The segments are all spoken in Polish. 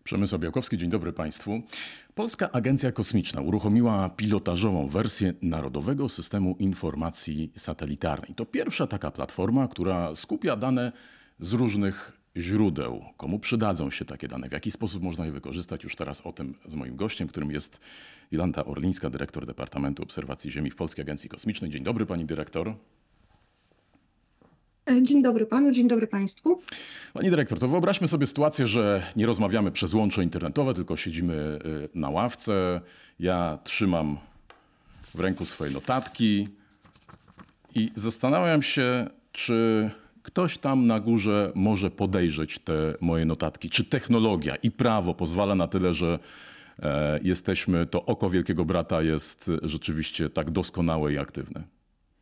Przemysław Białkowski, dzień dobry Państwu. Polska Agencja Kosmiczna uruchomiła pilotażową wersję Narodowego Systemu Informacji Satelitarnej. To pierwsza taka platforma, która skupia dane z różnych źródeł. Komu przydadzą się takie dane? W jaki sposób można je wykorzystać? Już teraz o tym z moim gościem, którym jest Jolanta Orlińska, dyrektor Departamentu Obserwacji Ziemi w Polskiej Agencji Kosmicznej. Dzień dobry Pani Dyrektor. Dzień dobry panu, dzień dobry państwu. Pani dyrektor, to wyobraźmy sobie sytuację, że nie rozmawiamy przez łącze internetowe, tylko siedzimy na ławce. Ja trzymam w ręku swoje notatki i zastanawiam się, czy ktoś tam na górze może podejrzeć te moje notatki. Czy technologia i prawo pozwala na tyle, że to oko Wielkiego Brata jest rzeczywiście tak doskonałe i aktywne?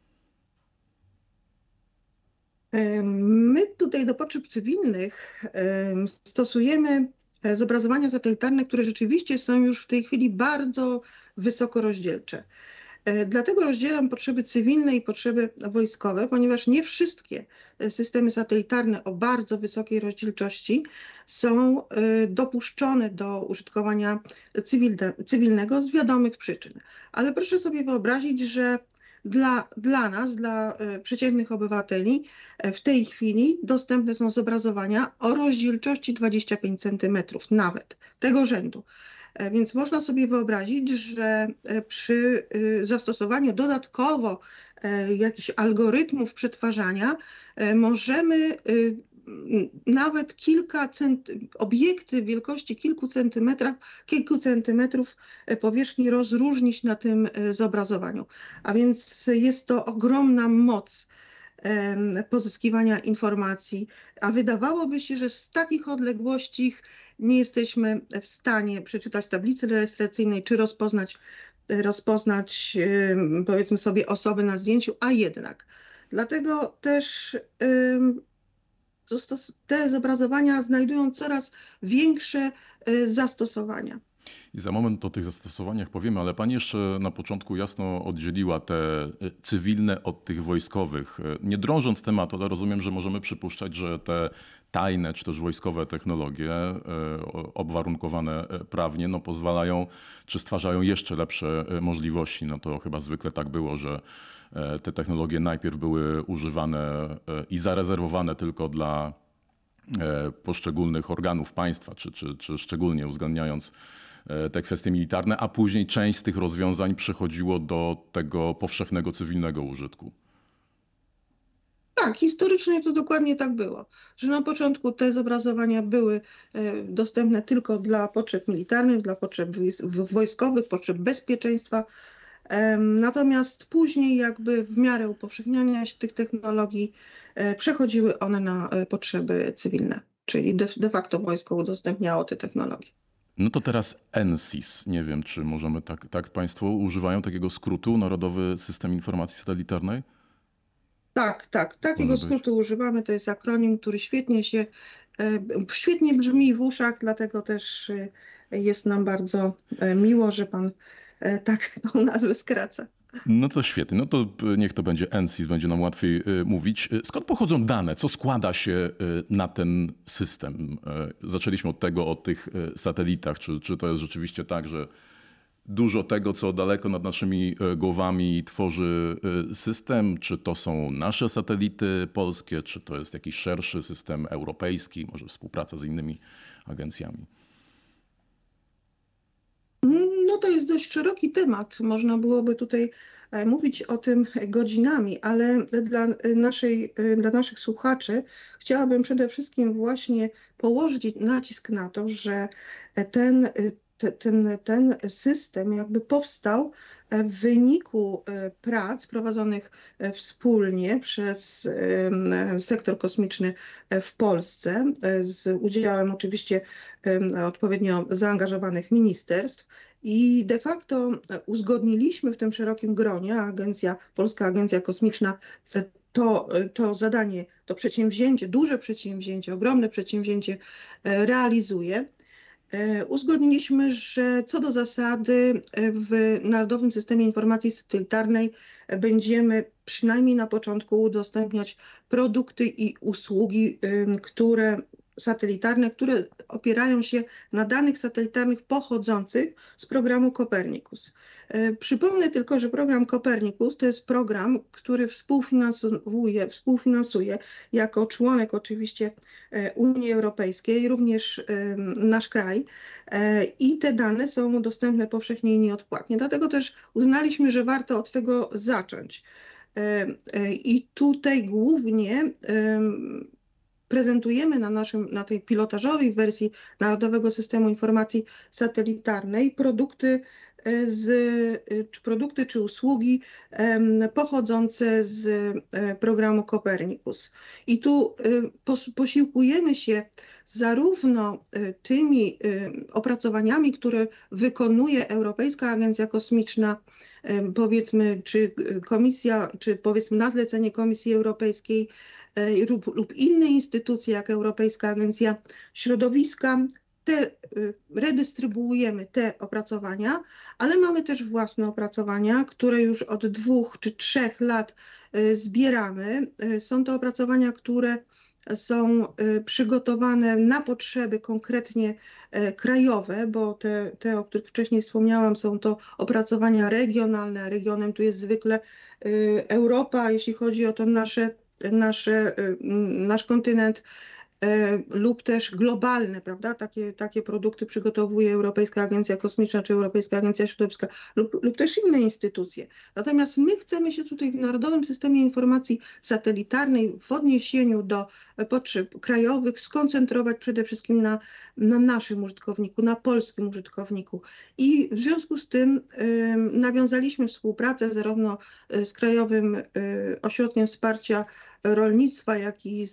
My tutaj do potrzeb cywilnych stosujemy zobrazowania satelitarne, które rzeczywiście są już w tej chwili bardzo wysoko rozdzielcze. Dlatego rozdzielam potrzeby cywilne i potrzeby wojskowe, ponieważ nie wszystkie systemy satelitarne o bardzo wysokiej rozdzielczości są dopuszczone do użytkowania cywilnego z wiadomych przyczyn. Ale proszę sobie wyobrazić, że dla nas, dla przeciętnych obywateli, w tej chwili dostępne są zobrazowania o rozdzielczości 25 cm, nawet tego rzędu. Więc można sobie wyobrazić, że przy zastosowaniu dodatkowo jakichś algorytmów przetwarzania możemy nawet obiekty wielkości kilku centymetrów powierzchni rozróżnić na tym zobrazowaniu. A więc jest to ogromna moc pozyskiwania informacji, a wydawałoby się, że z takich odległości nie jesteśmy w stanie przeczytać tablicy rejestracyjnej czy rozpoznać powiedzmy sobie osoby na zdjęciu, a jednak. Dlatego też te zobrazowania znajdują coraz większe zastosowania. I za moment o tych zastosowaniach powiemy, ale pani jeszcze na początku jasno oddzieliła te cywilne od tych wojskowych. Nie drążąc tematu, ale rozumiem, że możemy przypuszczać, że te tajne czy też wojskowe technologie obwarunkowane prawnie pozwalają czy stwarzają jeszcze lepsze możliwości. No to chyba zwykle tak było, że te technologie najpierw były używane i zarezerwowane tylko dla poszczególnych organów państwa, czy szczególnie uwzględniając te kwestie militarne, a później część z tych rozwiązań przechodziło do tego powszechnego cywilnego użytku. Tak, historycznie to dokładnie tak było, że na początku te zobrazowania były dostępne tylko dla potrzeb militarnych, dla potrzeb wojskowych, potrzeb bezpieczeństwa. Natomiast później jakby w miarę upowszechniania się tych technologii przechodziły one na potrzeby cywilne, czyli de facto wojsko udostępniało te technologie. No to teraz NSIS. Nie wiem, czy możemy tak państwo używają takiego skrótu, Narodowy System Informacji Satelitarnej? Tak, takiego skrótu używamy. To jest akronim, który świetnie brzmi w uszach, dlatego też jest nam bardzo miło, że pan tak tą nazwę skraca. No to świetnie. No to niech to będzie NSIS, będzie nam łatwiej mówić. Skąd pochodzą dane? Co składa się na ten system? Zaczęliśmy od tego, o tych satelitach. Czy to jest rzeczywiście tak, że dużo tego, co daleko nad naszymi głowami tworzy system? Czy to są nasze satelity polskie? Czy to jest jakiś szerszy system europejski? Może współpraca z innymi agencjami? No to jest dość szeroki temat. Można byłoby tutaj mówić o tym godzinami, ale dla naszych słuchaczy chciałabym przede wszystkim właśnie położyć nacisk na to, że ten system jakby powstał w wyniku prac prowadzonych wspólnie przez sektor kosmiczny w Polsce z udziałem oczywiście odpowiednio zaangażowanych ministerstw i de facto uzgodniliśmy w tym szerokim gronie, Polska Agencja Kosmiczna to zadanie, to przedsięwzięcie, duże przedsięwzięcie, ogromne przedsięwzięcie realizuje. Uzgodniliśmy, że co do zasady w Narodowym Systemie Informacji Satelitarnej będziemy przynajmniej na początku udostępniać produkty i usługi, które satelitarne, które opierają się na danych satelitarnych pochodzących z programu Copernicus. Przypomnę tylko, że program Copernicus to jest program, który współfinansuje jako członek oczywiście Unii Europejskiej, również nasz kraj i te dane są dostępne powszechnie i nieodpłatnie. Dlatego też uznaliśmy, że warto od tego zacząć. I tutaj głównie prezentujemy na tej pilotażowej wersji Narodowego Systemu Informacji Satelitarnej produkty czy usługi pochodzące z programu Copernicus. I tu posiłkujemy się zarówno tymi opracowaniami, które wykonuje Europejska Agencja Kosmiczna, powiedzmy, czy komisja, czy powiedzmy na zlecenie Komisji Europejskiej, lub inne instytucje, jak Europejska Agencja Środowiska, redystrybuujemy te opracowania, ale mamy też własne opracowania, które już od 2 czy 3 lat zbieramy. Są to opracowania, które są przygotowane na potrzeby konkretnie krajowe, bo te, o których wcześniej wspomniałam, są to opracowania regionalne, a regionem tu jest zwykle Europa, jeśli chodzi o to nasz kontynent, lub też globalne, prawda? Takie produkty przygotowuje Europejska Agencja Kosmiczna czy Europejska Agencja Środowiska lub też inne instytucje. Natomiast my chcemy się tutaj w Narodowym Systemie Informacji Satelitarnej w odniesieniu do potrzeb krajowych skoncentrować przede wszystkim na naszym użytkowniku, na polskim użytkowniku. I w związku z tym nawiązaliśmy współpracę zarówno z Krajowym Ośrodkiem Wsparcia Rolnictwa, jak i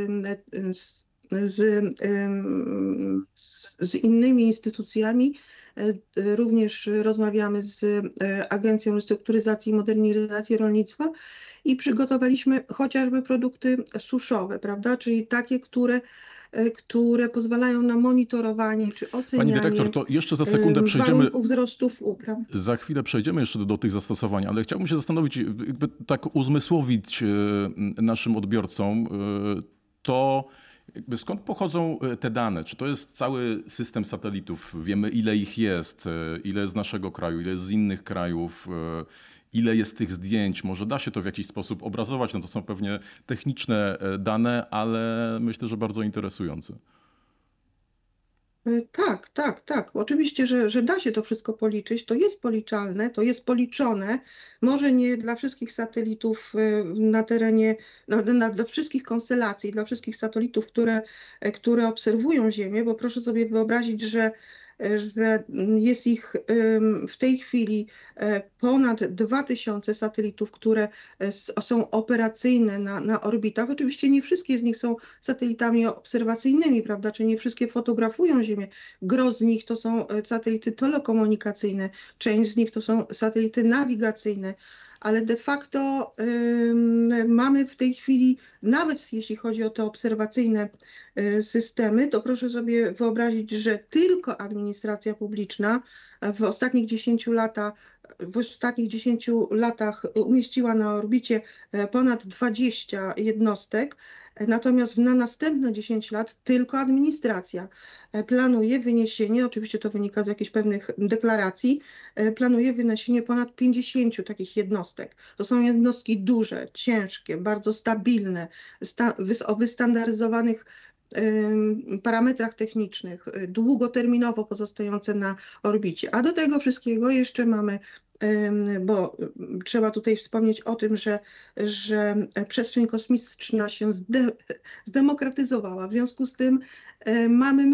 z innymi instytucjami. Również rozmawiamy z Agencją Restrukturyzacji i Modernizacji Rolnictwa i przygotowaliśmy chociażby produkty suszowe, prawda? Czyli takie, które pozwalają na monitorowanie czy Pani ocenianie dyrektor, to jeszcze za sekundę przejdziemy. Warunków wzrostów upraw. Za chwilę przejdziemy jeszcze do tych zastosowań, ale chciałbym się zastanowić, jakby tak uzmysłowić naszym odbiorcom to, jakby skąd pochodzą te dane? Czy to jest cały system satelitów? Wiemy, ile ich jest, ile z naszego kraju, ile z innych krajów, ile jest tych zdjęć? Może da się to w jakiś sposób obrazować? No to są pewnie techniczne dane, ale myślę, że bardzo interesujące. Tak. Oczywiście, że da się to wszystko policzyć. To jest policzalne, to jest policzone. Może nie dla wszystkich satelitów na terenie, dla wszystkich konstelacji, dla wszystkich satelitów, które obserwują Ziemię, bo proszę sobie wyobrazić, że jest ich w tej chwili ponad 2000 satelitów, które są operacyjne na orbitach. Oczywiście nie wszystkie z nich są satelitami obserwacyjnymi, prawda, czy nie wszystkie fotografują Ziemię. Gros z nich to są satelity telekomunikacyjne, część z nich to są satelity nawigacyjne, ale de facto mamy w tej chwili, nawet jeśli chodzi o te obserwacyjne systemy, to proszę sobie wyobrazić, że tylko administracja publiczna w ostatnich 10 latach umieściła na orbicie ponad 20 jednostek, natomiast na następne 10 lat tylko administracja planuje wyniesienie, oczywiście to wynika z jakichś pewnych deklaracji, planuje wyniesienie ponad 50 takich jednostek. To są jednostki duże, ciężkie, bardzo stabilne, o wystandaryzowawanych parametrach technicznych, długoterminowo pozostające na orbicie. A do tego wszystkiego jeszcze mamy, bo trzeba tutaj wspomnieć o tym, że przestrzeń kosmiczna się zdemokratyzowała. W związku z tym mamy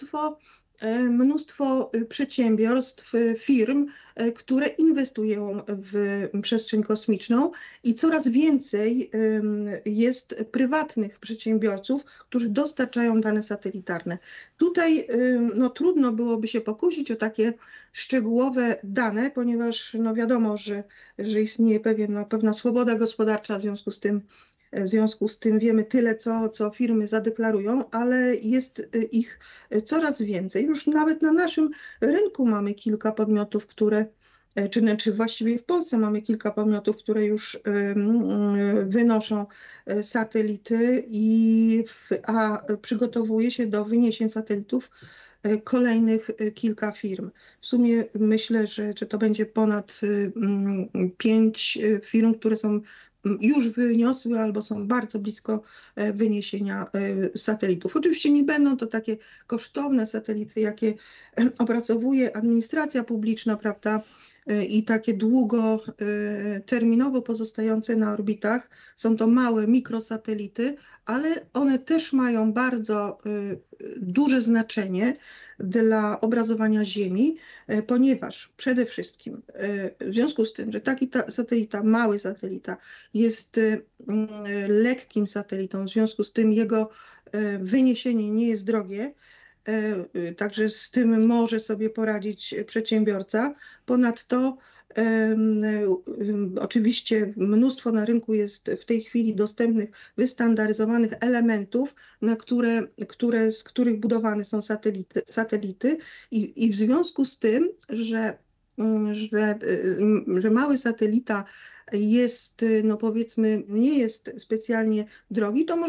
mnóstwo przedsiębiorstw, firm, które inwestują w przestrzeń kosmiczną i coraz więcej jest prywatnych przedsiębiorców, którzy dostarczają dane satelitarne. Tutaj no, trudno byłoby się pokusić o takie szczegółowe dane, ponieważ no, wiadomo, że istnieje pewna swoboda gospodarcza, w związku z tym wiemy tyle, co firmy zadeklarują, ale jest ich coraz więcej. Już nawet na naszym rynku mamy kilka podmiotów, które czy właściwie w Polsce mamy kilka podmiotów, które już wynoszą satelity a przygotowuje się do wyniesień satelitów kolejnych kilka firm. W sumie myślę, że to będzie ponad 5 firm, które są już wyniosły albo są bardzo blisko wyniesienia satelitów. Oczywiście nie będą to takie kosztowne satelity, jakie opracowuje administracja publiczna, prawda? I takie długoterminowo pozostające na orbitach. Są to małe mikrosatelity, ale one też mają bardzo duże znaczenie dla obrazowania Ziemi, ponieważ przede wszystkim w związku z tym, że taki satelita, mały satelita jest lekkim satelitą, w związku z tym jego wyniesienie nie jest drogie, także z tym może sobie poradzić przedsiębiorca. Ponadto oczywiście mnóstwo na rynku jest w tej chwili dostępnych, wystandaryzowanych elementów, z których budowane są satelity i w związku z tym, że mały satelita jest, no powiedzmy, nie jest specjalnie drogi, to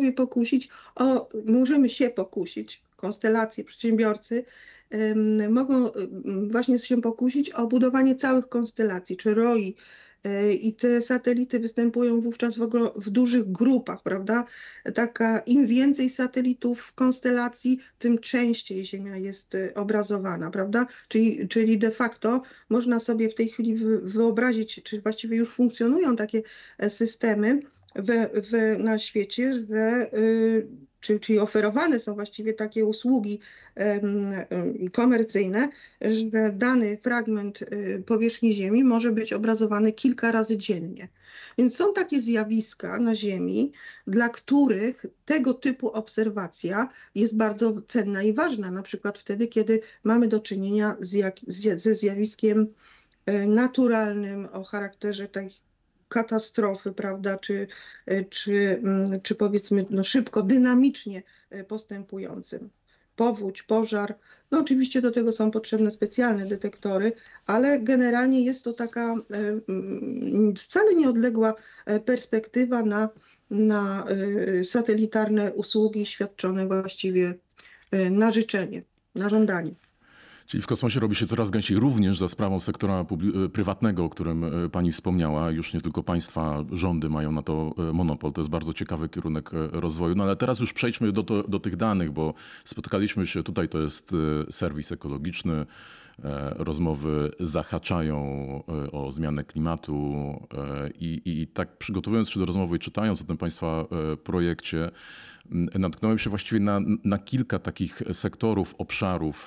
możemy się pokusić, konstelacje, przedsiębiorcy mogą właśnie się pokusić o budowanie całych konstelacji, czy ROI. I te satelity występują wówczas w dużych grupach, prawda? Im więcej satelitów w konstelacji, tym częściej Ziemia jest obrazowana, prawda? Czyli de facto można sobie w tej chwili wyobrazić, czy właściwie już funkcjonują takie systemy na świecie, czyli oferowane są właściwie takie usługi komercyjne, że dany fragment powierzchni Ziemi może być obrazowany kilka razy dziennie. Więc są takie zjawiska na Ziemi, dla których tego typu obserwacja jest bardzo cenna i ważna, na przykład wtedy, kiedy mamy do czynienia ze zjawiskiem naturalnym o charakterze katastrofy, prawda, czy powiedzmy szybko, dynamicznie postępującym. Powódź, pożar, no oczywiście do tego są potrzebne specjalne detektory, ale generalnie jest to taka wcale nieodległa perspektywa na satelitarne usługi świadczone właściwie na życzenie, na żądanie. Czyli w kosmosie robi się coraz gęściej również za sprawą sektora prywatnego, o którym pani wspomniała. Już nie tylko państwa, rządy mają na to monopol. To jest bardzo ciekawy kierunek rozwoju. No ale teraz już przejdźmy do tych danych, bo spotkaliśmy się tutaj, to jest serwis ekologiczny. Rozmowy zahaczają o zmianę klimatu i tak przygotowując się do rozmowy i czytając o tym państwa projekcie, natknąłem się właściwie na kilka takich sektorów, obszarów,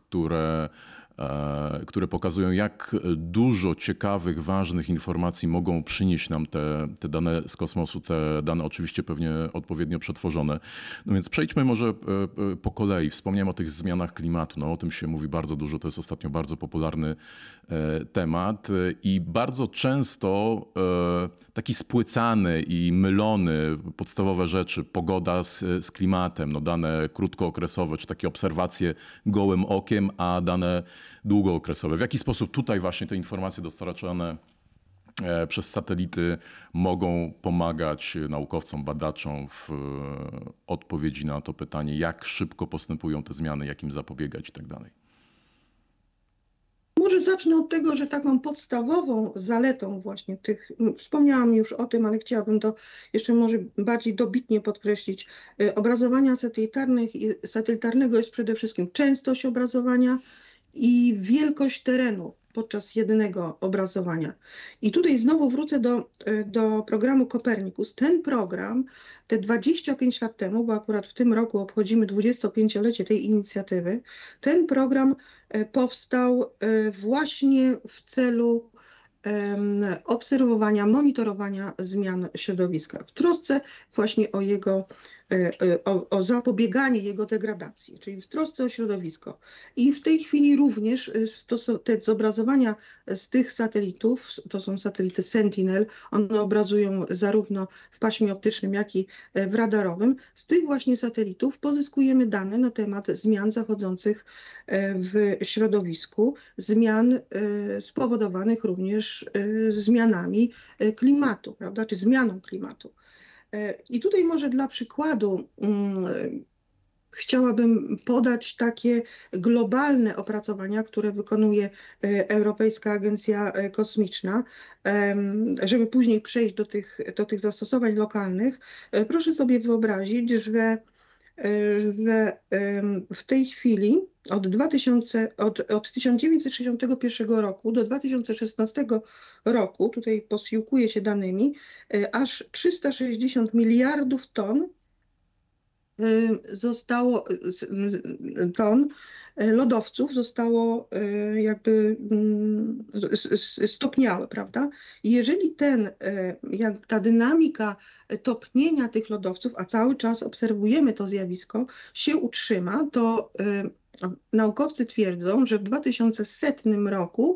które pokazują, jak dużo ciekawych, ważnych informacji mogą przynieść nam te dane z kosmosu, te dane oczywiście pewnie odpowiednio przetworzone. No więc przejdźmy może po kolei. Wspomniałem o tych zmianach klimatu. No, o tym się mówi bardzo dużo, to jest ostatnio bardzo popularny temat i bardzo często taki spłycany i mylony podstawowe rzeczy, pogoda z klimatem, no dane krótkookresowe, czy takie obserwacje gołym okiem, a dane długookresowe. W jaki sposób tutaj właśnie te informacje dostarczane przez satelity mogą pomagać naukowcom, badaczom w odpowiedzi na to pytanie, jak szybko postępują te zmiany, jak im zapobiegać i tak dalej? Może zacznę od tego, że taką podstawową zaletą właśnie wspomniałam już o tym, ale chciałabym to jeszcze może bardziej dobitnie podkreślić. Obrazowania satelitarnego jest przede wszystkim częstość obrazowania i wielkość terenu podczas jednego obrazowania. I tutaj znowu wrócę do programu Copernicus. Ten program, te 25 lat temu, bo akurat w tym roku obchodzimy 25-lecie tej inicjatywy, ten program powstał właśnie w celu obserwowania, monitorowania zmian środowiska, w trosce właśnie o jego o zapobieganie jego degradacji, czyli w trosce o środowisko. I w tej chwili również te zobrazowania z tych satelitów, to są satelity Sentinel, one obrazują zarówno w paśmie optycznym, jak i w radarowym. Z tych właśnie satelitów pozyskujemy dane na temat zmian zachodzących w środowisku, zmian spowodowanych również zmianami klimatu, prawda, czy zmianą klimatu. I tutaj może dla przykładu chciałabym podać takie globalne opracowania, które wykonuje Europejska Agencja Kosmiczna, żeby później przejść do tych zastosowań lokalnych. Proszę sobie wyobrazić, że w tej chwili od 1961 roku do 2016 roku, tutaj posiłkuję się danymi, aż 360 miliardów ton zostało ton lodowców zostało jakby stopniałe, prawda? I jeżeli ta dynamika topnienia tych lodowców, a cały czas obserwujemy to zjawisko, się utrzyma, to naukowcy twierdzą, że w 2100 roku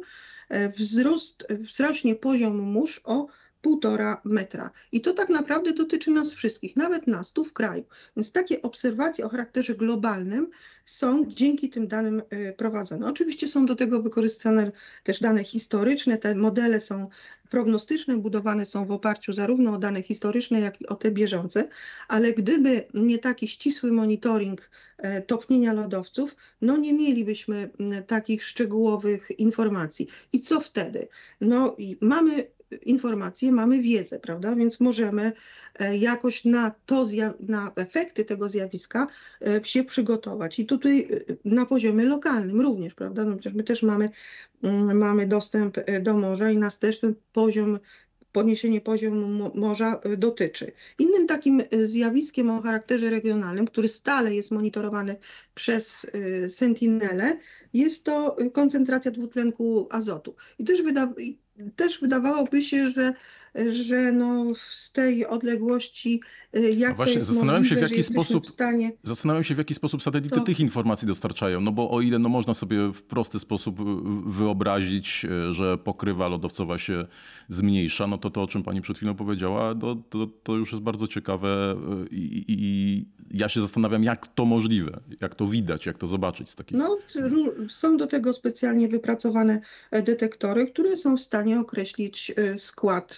wzrośnie poziom mórz o 1,5 metra. I to tak naprawdę dotyczy nas wszystkich, nawet nas tu w kraju. Więc takie obserwacje o charakterze globalnym są dzięki tym danym prowadzone. Oczywiście są do tego wykorzystane też dane historyczne, te modele są prognostyczne, budowane są w oparciu zarówno o dane historyczne, jak i o te bieżące, ale gdyby nie taki ścisły monitoring topnienia lodowców, no nie mielibyśmy takich szczegółowych informacji. I co wtedy? No i mamy informacje, mamy wiedzę, prawda? Więc możemy jakoś na efekty tego zjawiska się przygotować. I tutaj na poziomie lokalnym również, prawda? No przecież my też mamy dostęp do morza i nas też ten podniesienie poziomu morza dotyczy. Innym takim zjawiskiem o charakterze regionalnym, który stale jest monitorowany przez Sentinele, jest to koncentracja dwutlenku azotu. I też wydawałoby się, że no z tej odległości, A jak to właśnie jest możliwe, że jesteśmy w stanie... zastanawiam się, w jaki sposób satelity To tych informacji dostarczają. No bo o ile no można sobie w prosty sposób wyobrazić, że pokrywa lodowcowa się zmniejsza, no to o czym pani przed chwilą powiedziała, to już jest bardzo ciekawe i ja się zastanawiam, jak to możliwe, jak to widać, jak to zobaczyć z takich... No, są do tego specjalnie wypracowane detektory, które są w stanie określić skład,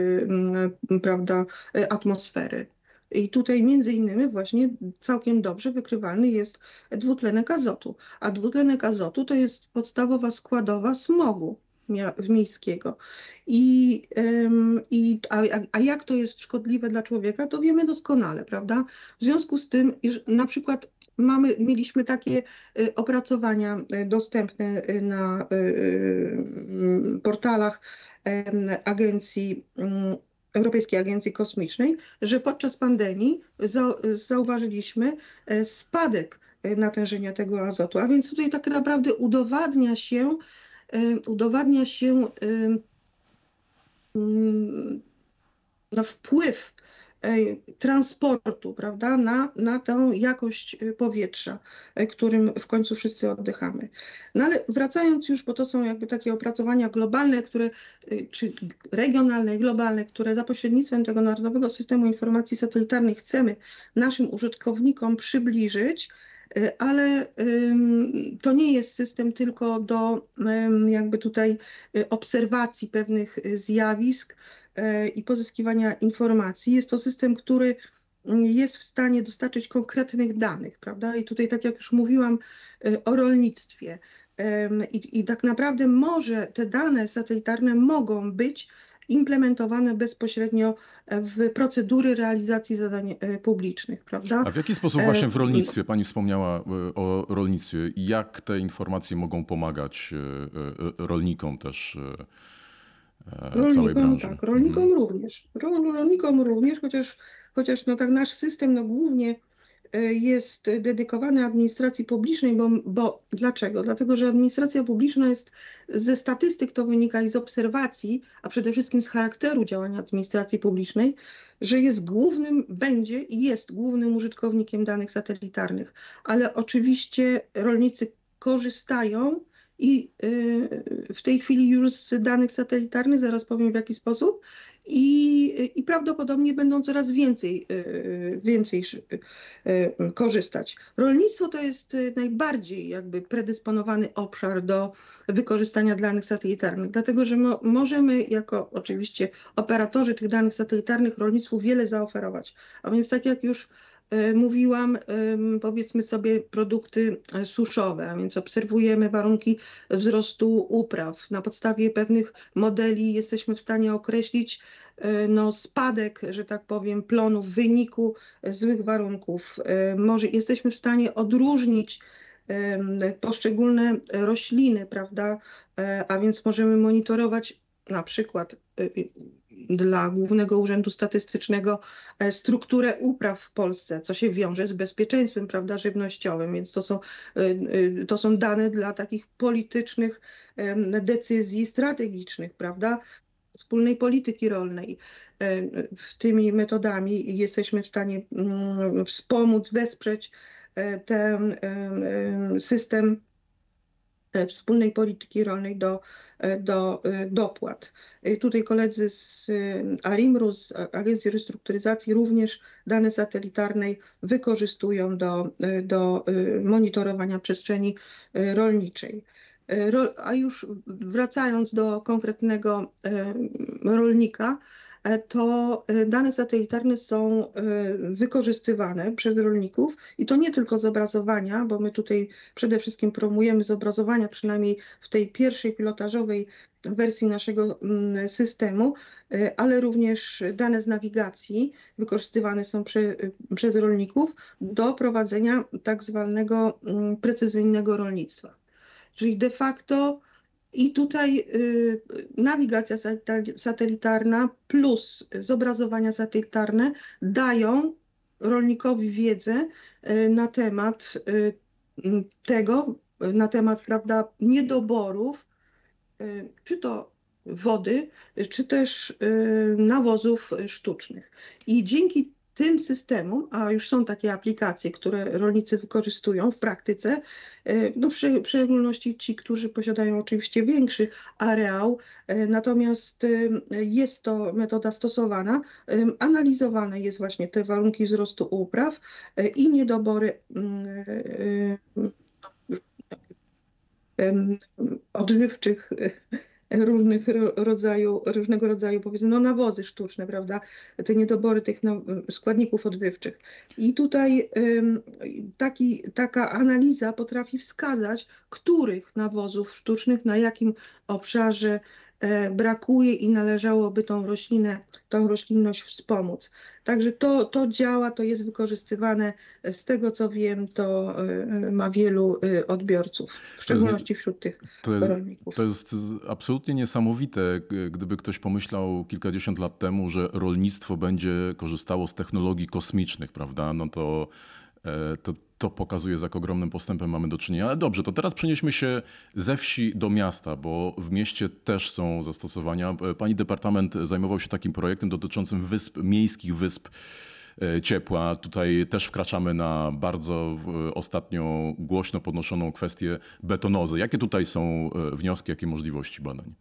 prawda, atmosfery. I tutaj między innymi właśnie całkiem dobrze wykrywalny jest dwutlenek azotu. A dwutlenek azotu to jest podstawowa składowa smogu miejskiego. A jak to jest szkodliwe dla człowieka, to wiemy doskonale, prawda? W związku z tym, na przykład mieliśmy takie opracowania dostępne na portalach agencji, Europejskiej Agencji Kosmicznej, że podczas pandemii zauważyliśmy spadek natężenia tego azotu. A więc tutaj tak naprawdę udowadnia się no, wpływ transportu, prawda, na tę jakość powietrza, którym w końcu wszyscy oddychamy. No ale wracając już, bo to są jakby takie opracowania globalne, czy regionalne, globalne, które za pośrednictwem tego Narodowego Systemu Informacji Satelitarnej chcemy naszym użytkownikom przybliżyć, ale to nie jest system tylko do jakby tutaj obserwacji pewnych zjawisk i pozyskiwania informacji. Jest to system, który jest w stanie dostarczyć konkretnych danych, prawda? I tutaj, tak jak już mówiłam o rolnictwie, i tak naprawdę te dane satelitarne mogą być implementowane bezpośrednio w procedury realizacji zadań publicznych, prawda? A w jaki sposób właśnie w rolnictwie, pani wspomniała o rolnictwie, jak te informacje mogą pomagać rolnikom też całej branży? Tak, rolnikom również. Rolnikom również, chociaż no tak nasz system no głównie jest dedykowany administracji publicznej, bo dlaczego? Dlatego, że administracja publiczna jest ze statystyk, to wynika i z obserwacji, a przede wszystkim z charakteru działania administracji publicznej, że jest głównym, będzie i jest głównym użytkownikiem danych satelitarnych, ale oczywiście rolnicy korzystają i w tej chwili już z danych satelitarnych, zaraz powiem w jaki sposób, i prawdopodobnie będą coraz więcej korzystać. Rolnictwo to jest najbardziej jakby predysponowany obszar do wykorzystania danych satelitarnych, dlatego że możemy jako oczywiście operatorzy tych danych satelitarnych rolnictwu wiele zaoferować. A więc tak jak już mówiłam, powiedzmy sobie produkty suszowe, a więc obserwujemy warunki wzrostu upraw. Na podstawie pewnych modeli jesteśmy w stanie określić no, spadek, że tak powiem, plonu w wyniku złych warunków. Może jesteśmy w stanie odróżnić poszczególne rośliny, prawda? A więc możemy monitorować na przykład dla Głównego Urzędu Statystycznego strukturę upraw w Polsce, co się wiąże z bezpieczeństwem, prawda, żywnościowym, więc to są dane dla takich politycznych decyzji strategicznych, prawda, wspólnej polityki rolnej. Tymi metodami jesteśmy w stanie wspomóc, wesprzeć ten system wspólnej polityki rolnej do dopłat. Tutaj koledzy z ARiMR-u, z Agencji Restrukturyzacji również dane satelitarnej wykorzystują do monitorowania przestrzeni rolniczej. A już wracając do konkretnego rolnika, to dane satelitarne są wykorzystywane przez rolników i to nie tylko zobrazowania, bo my tutaj przede wszystkim promujemy zobrazowania, przynajmniej w tej pierwszej pilotażowej wersji naszego systemu, ale również dane z nawigacji wykorzystywane są przez rolników do prowadzenia tak zwanego precyzyjnego rolnictwa. Czyli de facto i tutaj nawigacja satelitarna plus zobrazowania satelitarne dają rolnikowi wiedzę na temat tego, na temat, prawda, niedoborów, czy to wody, czy też nawozów sztucznych. I dzięki tym systemom, a już są takie aplikacje, które rolnicy wykorzystują w praktyce, no w szczególności ci, którzy posiadają oczywiście większy areał, natomiast jest to metoda stosowana, analizowane jest właśnie te warunki wzrostu upraw i niedobory odżywczych różnego rodzaju, powiedzmy, no nawozy sztuczne, prawda, te niedobory tych składników odżywczych. I tutaj taka analiza potrafi wskazać, których nawozów sztucznych na jakim obszarze brakuje i należałoby tą roślinność wspomóc. Także to działa, to jest wykorzystywane. Z tego co wiem, to ma wielu odbiorców, w szczególności wśród tych rolników. To jest absolutnie niesamowite, gdyby ktoś pomyślał kilkadziesiąt lat temu, że rolnictwo będzie korzystało z technologii kosmicznych, prawda? No to pokazuje, z jak ogromnym postępem mamy do czynienia. Ale dobrze, to teraz przenieśmy się ze wsi do miasta, bo w mieście też są zastosowania. Pani departament zajmował się takim projektem dotyczącym miejskich wysp ciepła. Tutaj też wkraczamy na bardzo ostatnio głośno podnoszoną kwestię betonozy. Jakie tutaj są wnioski, jakie możliwości badań?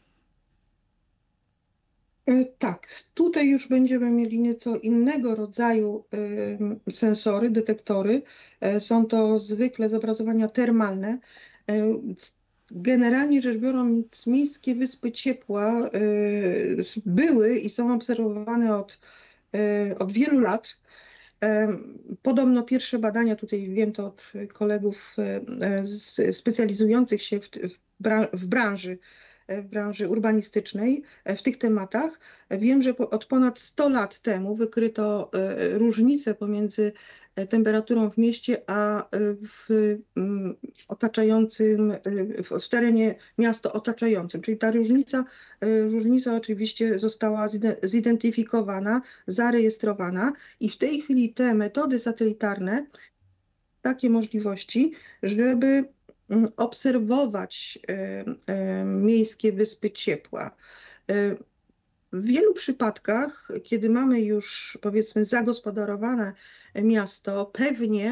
Tak, tutaj już będziemy mieli nieco innego rodzaju sensory, detektory. Są to zwykle zobrazowania termalne. Generalnie rzecz biorąc, miejskie wyspy ciepła były i są obserwowane od wielu lat. Podobno pierwsze badania, tutaj wiem to od kolegów specjalizujących się w branży, w branży urbanistycznej w tych tematach. Wiem, że od ponad 100 lat temu wykryto różnicę pomiędzy temperaturą w mieście, a otaczającym, w terenie miasta otaczającym. Czyli ta różnica oczywiście została zidentyfikowana, zarejestrowana i w tej chwili te metody satelitarne, takie możliwości, żeby obserwować miejskie wyspy ciepła. W wielu przypadkach, kiedy mamy już powiedzmy zagospodarowane miasto, pewnie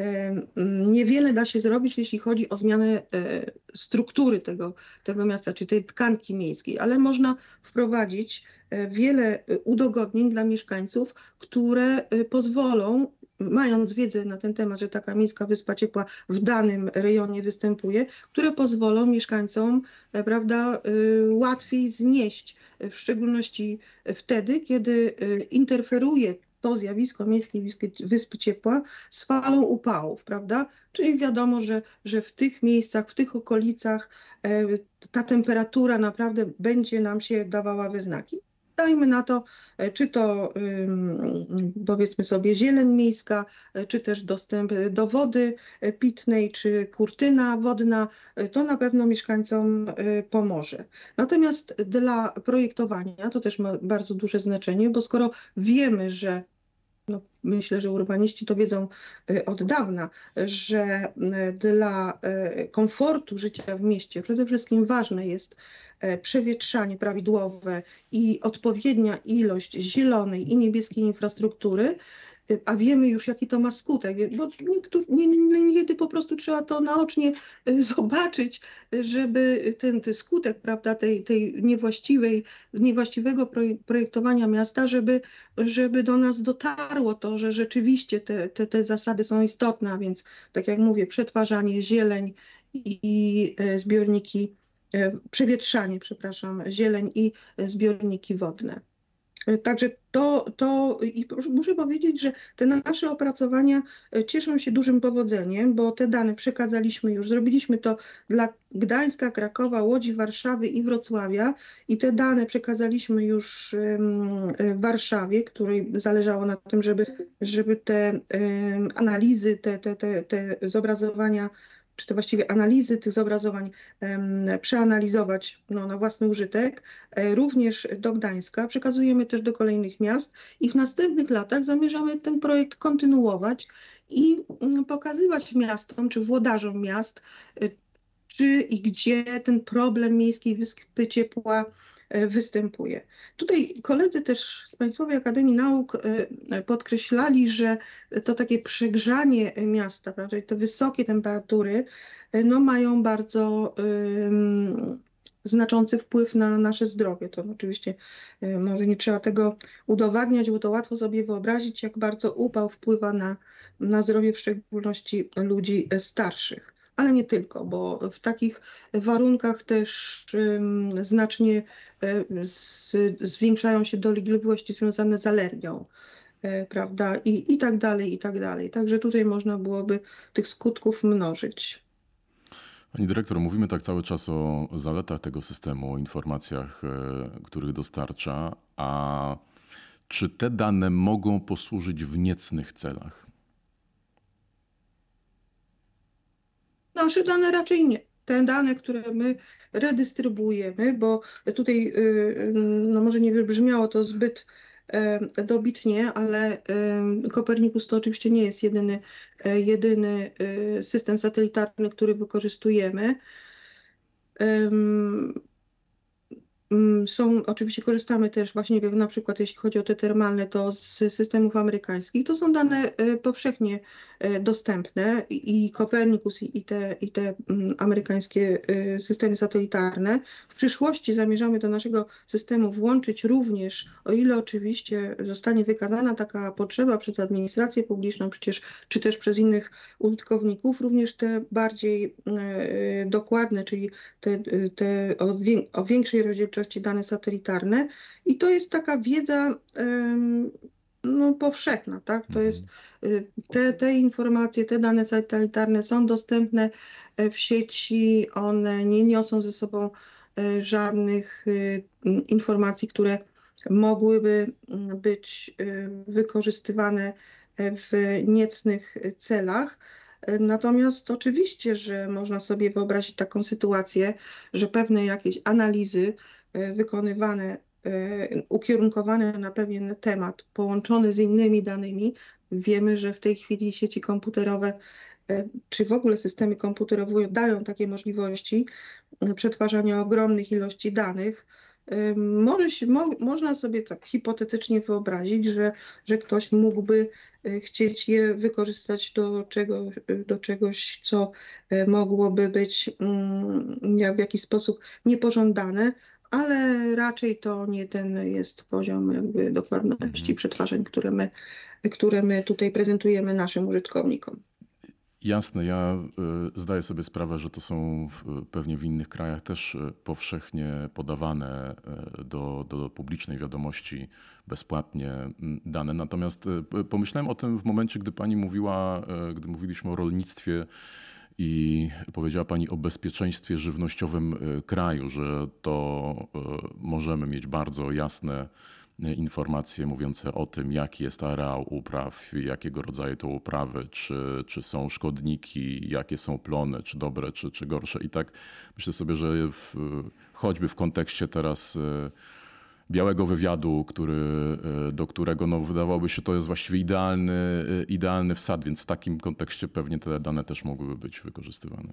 niewiele da się zrobić, jeśli chodzi o zmianę struktury tego miasta, czy tej tkanki miejskiej, ale można wprowadzić wiele udogodnień dla mieszkańców, które pozwolą, mając wiedzę na ten temat, że taka miejska wyspa ciepła w danym rejonie występuje, które pozwolą mieszkańcom, prawda, łatwiej znieść, w szczególności wtedy, kiedy interferuje to zjawisko miejskiej wyspy ciepła z falą upałów, prawda? Czyli wiadomo, że w tych miejscach, w tych okolicach ta temperatura naprawdę będzie nam się dawała we znaki. Dajmy na to, czy to powiedzmy sobie zieleń miejska, czy też dostęp do wody pitnej, czy kurtyna wodna, to na pewno mieszkańcom pomoże. Natomiast dla projektowania to też ma bardzo duże znaczenie, bo skoro wiemy, że no, myślę, że urbaniści to wiedzą od dawna, że dla komfortu życia w mieście przede wszystkim ważne jest przewietrzanie prawidłowe i odpowiednia ilość zielonej i niebieskiej infrastruktury, a wiemy już, jaki to ma skutek, bo niekiedy po prostu trzeba to naocznie zobaczyć, żeby ten skutek, prawda, tej niewłaściwego projektowania miasta, żeby do nas dotarło to, że rzeczywiście te zasady są istotne, a więc, tak jak mówię, przetwarzanie, zieleń i zbiorniki, przewietrzanie, przepraszam, zieleń i zbiorniki wodne. Także i muszę powiedzieć, że te nasze opracowania cieszą się dużym powodzeniem, bo te dane przekazaliśmy już, zrobiliśmy to dla Gdańska, Krakowa, Łodzi, Warszawy i Wrocławia i te dane przekazaliśmy już w Warszawie, której zależało na tym, żeby te analizy, te zobrazowania, czy to właściwie analizy tych zobrazowań przeanalizować na własny użytek, również do Gdańska. Przekazujemy też do kolejnych miast i w następnych latach zamierzamy ten projekt kontynuować i pokazywać miastom czy włodarzom miast, czy i gdzie ten problem miejskiej wyspy ciepła występuje. Tutaj koledzy też z Państwowej Akademii Nauk podkreślali, że to takie przegrzanie miasta, prawda, te wysokie temperatury mają bardzo znaczący wpływ na nasze zdrowie. To oczywiście może nie trzeba tego udowadniać, bo to łatwo sobie wyobrazić, jak bardzo upał wpływa na zdrowie, w szczególności ludzi starszych. Ale nie tylko, bo w takich warunkach też znacznie zwiększają się dolegliwości związane z alergią, prawda, i tak dalej, i tak dalej. Także tutaj można byłoby tych skutków mnożyć. Pani dyrektor, mówimy tak cały czas o zaletach tego systemu, o informacjach, których dostarcza, a czy te dane mogą posłużyć w niecnych celach? Nasze dane raczej nie. Te dane, które my redystrybuujemy, bo tutaj no może nie wybrzmiało to zbyt dobitnie, ale Copernicus to oczywiście nie jest jedyny system satelitarny, który wykorzystujemy. Oczywiście korzystamy też właśnie na przykład jeśli chodzi o te termalne, to z systemów amerykańskich. To są dane powszechnie dostępne i Copernicus i te amerykańskie systemy satelitarne. W przyszłości zamierzamy do naszego systemu włączyć również, o ile oczywiście zostanie wykazana taka potrzeba przez administrację publiczną, przecież, czy też przez innych użytkowników, również te bardziej dokładne, czyli te o większej rozdzielczości dane satelitarne i to jest taka wiedza powszechna, tak? To jest te informacje, te dane satelitarne są dostępne w sieci, one nie niosą ze sobą żadnych informacji, które mogłyby być wykorzystywane w niecnych celach. Natomiast oczywiście, że można sobie wyobrazić taką sytuację, że pewne jakieś analizy wykonywane, ukierunkowane na pewien temat, połączone z innymi danymi, wiemy, że w tej chwili sieci komputerowe czy w ogóle systemy komputerowe dają takie możliwości przetwarzania ogromnych ilości danych. Można sobie tak hipotetycznie wyobrazić, że ktoś mógłby chcieć je wykorzystać do czegoś, co mogłoby być w jakiś sposób niepożądane, ale raczej to nie ten jest poziom jakby dokładności przetwarzeń, które my tutaj prezentujemy naszym użytkownikom. Jasne, ja zdaję sobie sprawę, że to są pewnie w innych krajach też powszechnie podawane do publicznej wiadomości bezpłatnie dane. Natomiast pomyślałem o tym w momencie, gdy pani mówiła, gdy mówiliśmy o rolnictwie i powiedziała pani o bezpieczeństwie żywnościowym kraju, że to możemy mieć bardzo jasne informacje mówiące o tym, jaki jest areał upraw, jakiego rodzaju to uprawy, czy są szkodniki, jakie są plony, czy dobre, czy gorsze. I tak myślę sobie, że choćby w kontekście teraz białego wywiadu, do którego no, wydawałoby się, to jest właściwie idealny wsad, więc w takim kontekście pewnie te dane też mogłyby być wykorzystywane.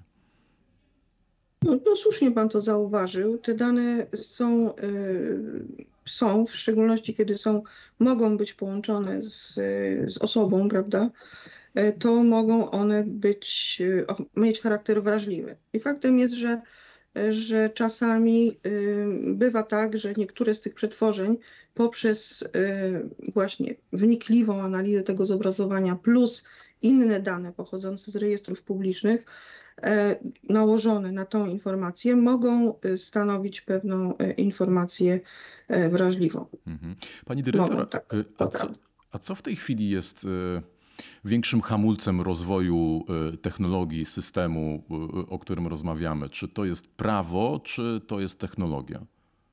No słusznie pan to zauważył. Te dane są, w szczególności kiedy mogą być połączone z osobą, prawda? To mogą one mieć charakter wrażliwy. I faktem jest, że czasami bywa tak, że niektóre z tych przetworzeń poprzez właśnie wnikliwą analizę tego zobrazowania plus inne dane pochodzące z rejestrów publicznych nałożone na tą informację mogą stanowić pewną informację wrażliwą. Pani dyrektor, tak, a co w tej chwili jest większym hamulcem rozwoju technologii, systemu, o którym rozmawiamy? Czy to jest prawo, czy to jest technologia?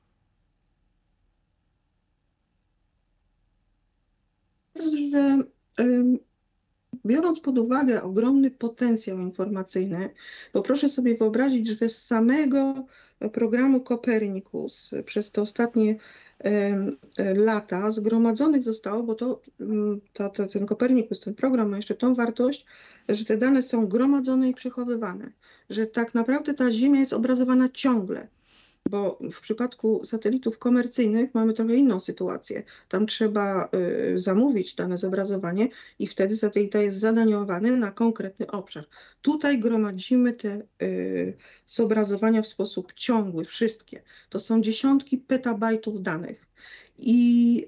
Że biorąc pod uwagę ogromny potencjał informacyjny, bo proszę sobie wyobrazić, że z samego programu Copernicus przez te ostatnie lata zgromadzonych zostało, bo ten Copernicus, ten program ma jeszcze tą wartość, że te dane są gromadzone i przechowywane, że tak naprawdę ta Ziemia jest obrazowana ciągle. Bo w przypadku satelitów komercyjnych mamy trochę inną sytuację. Tam trzeba zamówić dane zobrazowanie i wtedy satelita jest zadaniowany na konkretny obszar. Tutaj gromadzimy te zobrazowania w sposób ciągły, wszystkie. To są dziesiątki petabajtów danych. I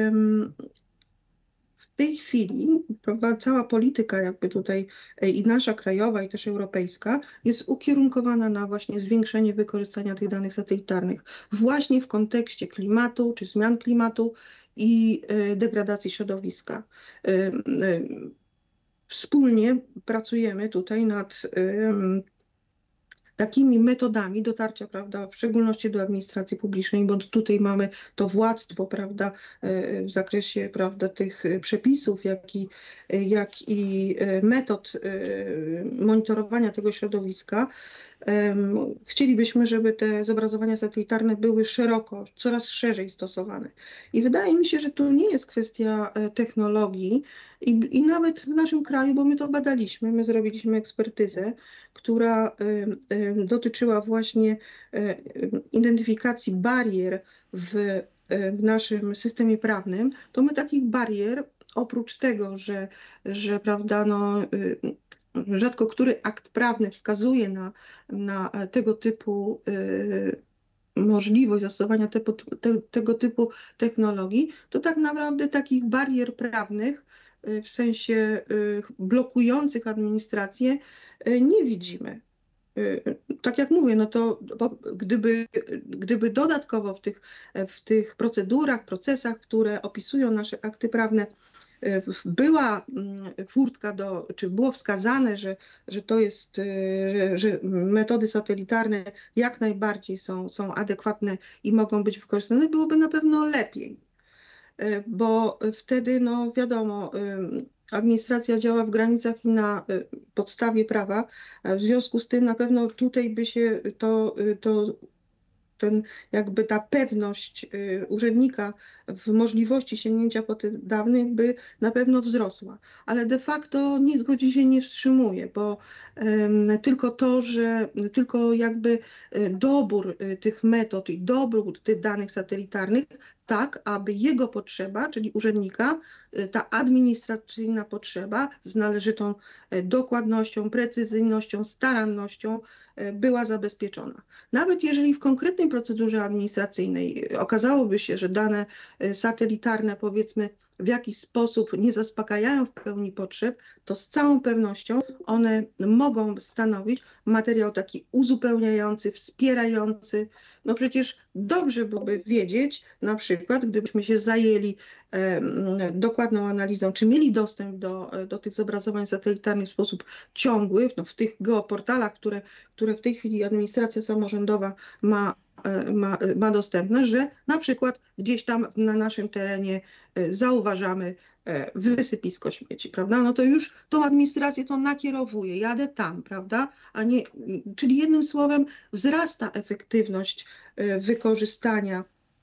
w tej chwili cała polityka jakby tutaj i nasza krajowa i też europejska jest ukierunkowana na właśnie zwiększenie wykorzystania tych danych satelitarnych właśnie w kontekście klimatu czy zmian klimatu i degradacji środowiska. Wspólnie pracujemy tutaj nad takimi metodami dotarcia, prawda, w szczególności do administracji publicznej, bo tutaj mamy to władztwo, prawda, w zakresie, prawda, tych przepisów, jak i metod monitorowania tego środowiska. Chcielibyśmy, żeby te zobrazowania satelitarne były szeroko, coraz szerzej stosowane. I wydaje mi się, że to nie jest kwestia technologii i nawet w naszym kraju, bo my to badaliśmy, my zrobiliśmy ekspertyzę, która dotyczyła właśnie identyfikacji barier w naszym systemie prawnym, to my takich barier, oprócz tego, że prawda, no, rzadko który akt prawny wskazuje na tego typu możliwość zastosowania tego typu technologii, to tak naprawdę takich barier prawnych w sensie blokujących administrację nie widzimy. Tak jak mówię, no to gdyby dodatkowo w tych procedurach, procesach, które opisują nasze akty prawne, była furtka czy było wskazane, że to jest, że metody satelitarne jak najbardziej są adekwatne i mogą być wykorzystane, byłoby na pewno lepiej, bo wtedy, no wiadomo, administracja działa w granicach i na podstawie prawa, a w związku z tym na pewno tutaj by się ta pewność urzędnika w możliwości sięgnięcia po te dane by na pewno wzrosła. Ale de facto nic go dzisiaj nie wstrzymuje, bo tylko jakby dobór tych metod i dobór tych danych satelitarnych, tak aby jego potrzeba, czyli urzędnika, ta administracyjna potrzeba z należytą dokładnością, precyzyjnością, starannością była zabezpieczona. Nawet jeżeli w konkretnej procedurze administracyjnej okazałoby się, że dane satelitarne, powiedzmy, w jakiś sposób nie zaspokajają w pełni potrzeb, to z całą pewnością one mogą stanowić materiał taki uzupełniający, wspierający. No przecież dobrze byłoby wiedzieć, na przykład, gdybyśmy się zajęli dokładną analizą, czy mieli dostęp do tych zobrazowań satelitarnych w sposób ciągły, no, w tych geoportalach, które w tej chwili administracja samorządowa ma dostępne, że na przykład gdzieś tam na naszym terenie zauważamy wysypisko śmieci, prawda? No to już tą administrację to nakierowuje, jadę tam, prawda? Czyli jednym słowem wzrasta efektywność wykorzystania,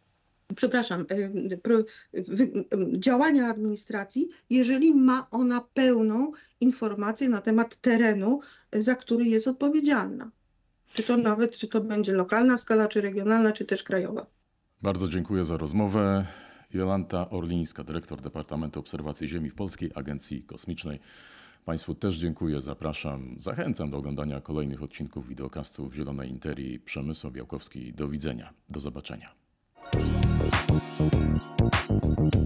działania administracji, jeżeli ma ona pełną informację na temat terenu, za który jest odpowiedzialna. Czy to będzie lokalna skala, czy regionalna, czy też krajowa. Bardzo dziękuję za rozmowę. Jolanta Orlińska, dyrektor Departamentu Obserwacji Ziemi w Polskiej Agencji Kosmicznej. Państwu też dziękuję, zapraszam, zachęcam do oglądania kolejnych odcinków wideokastów Zielonej Interii. Przemysław Białkowski, do widzenia, do zobaczenia.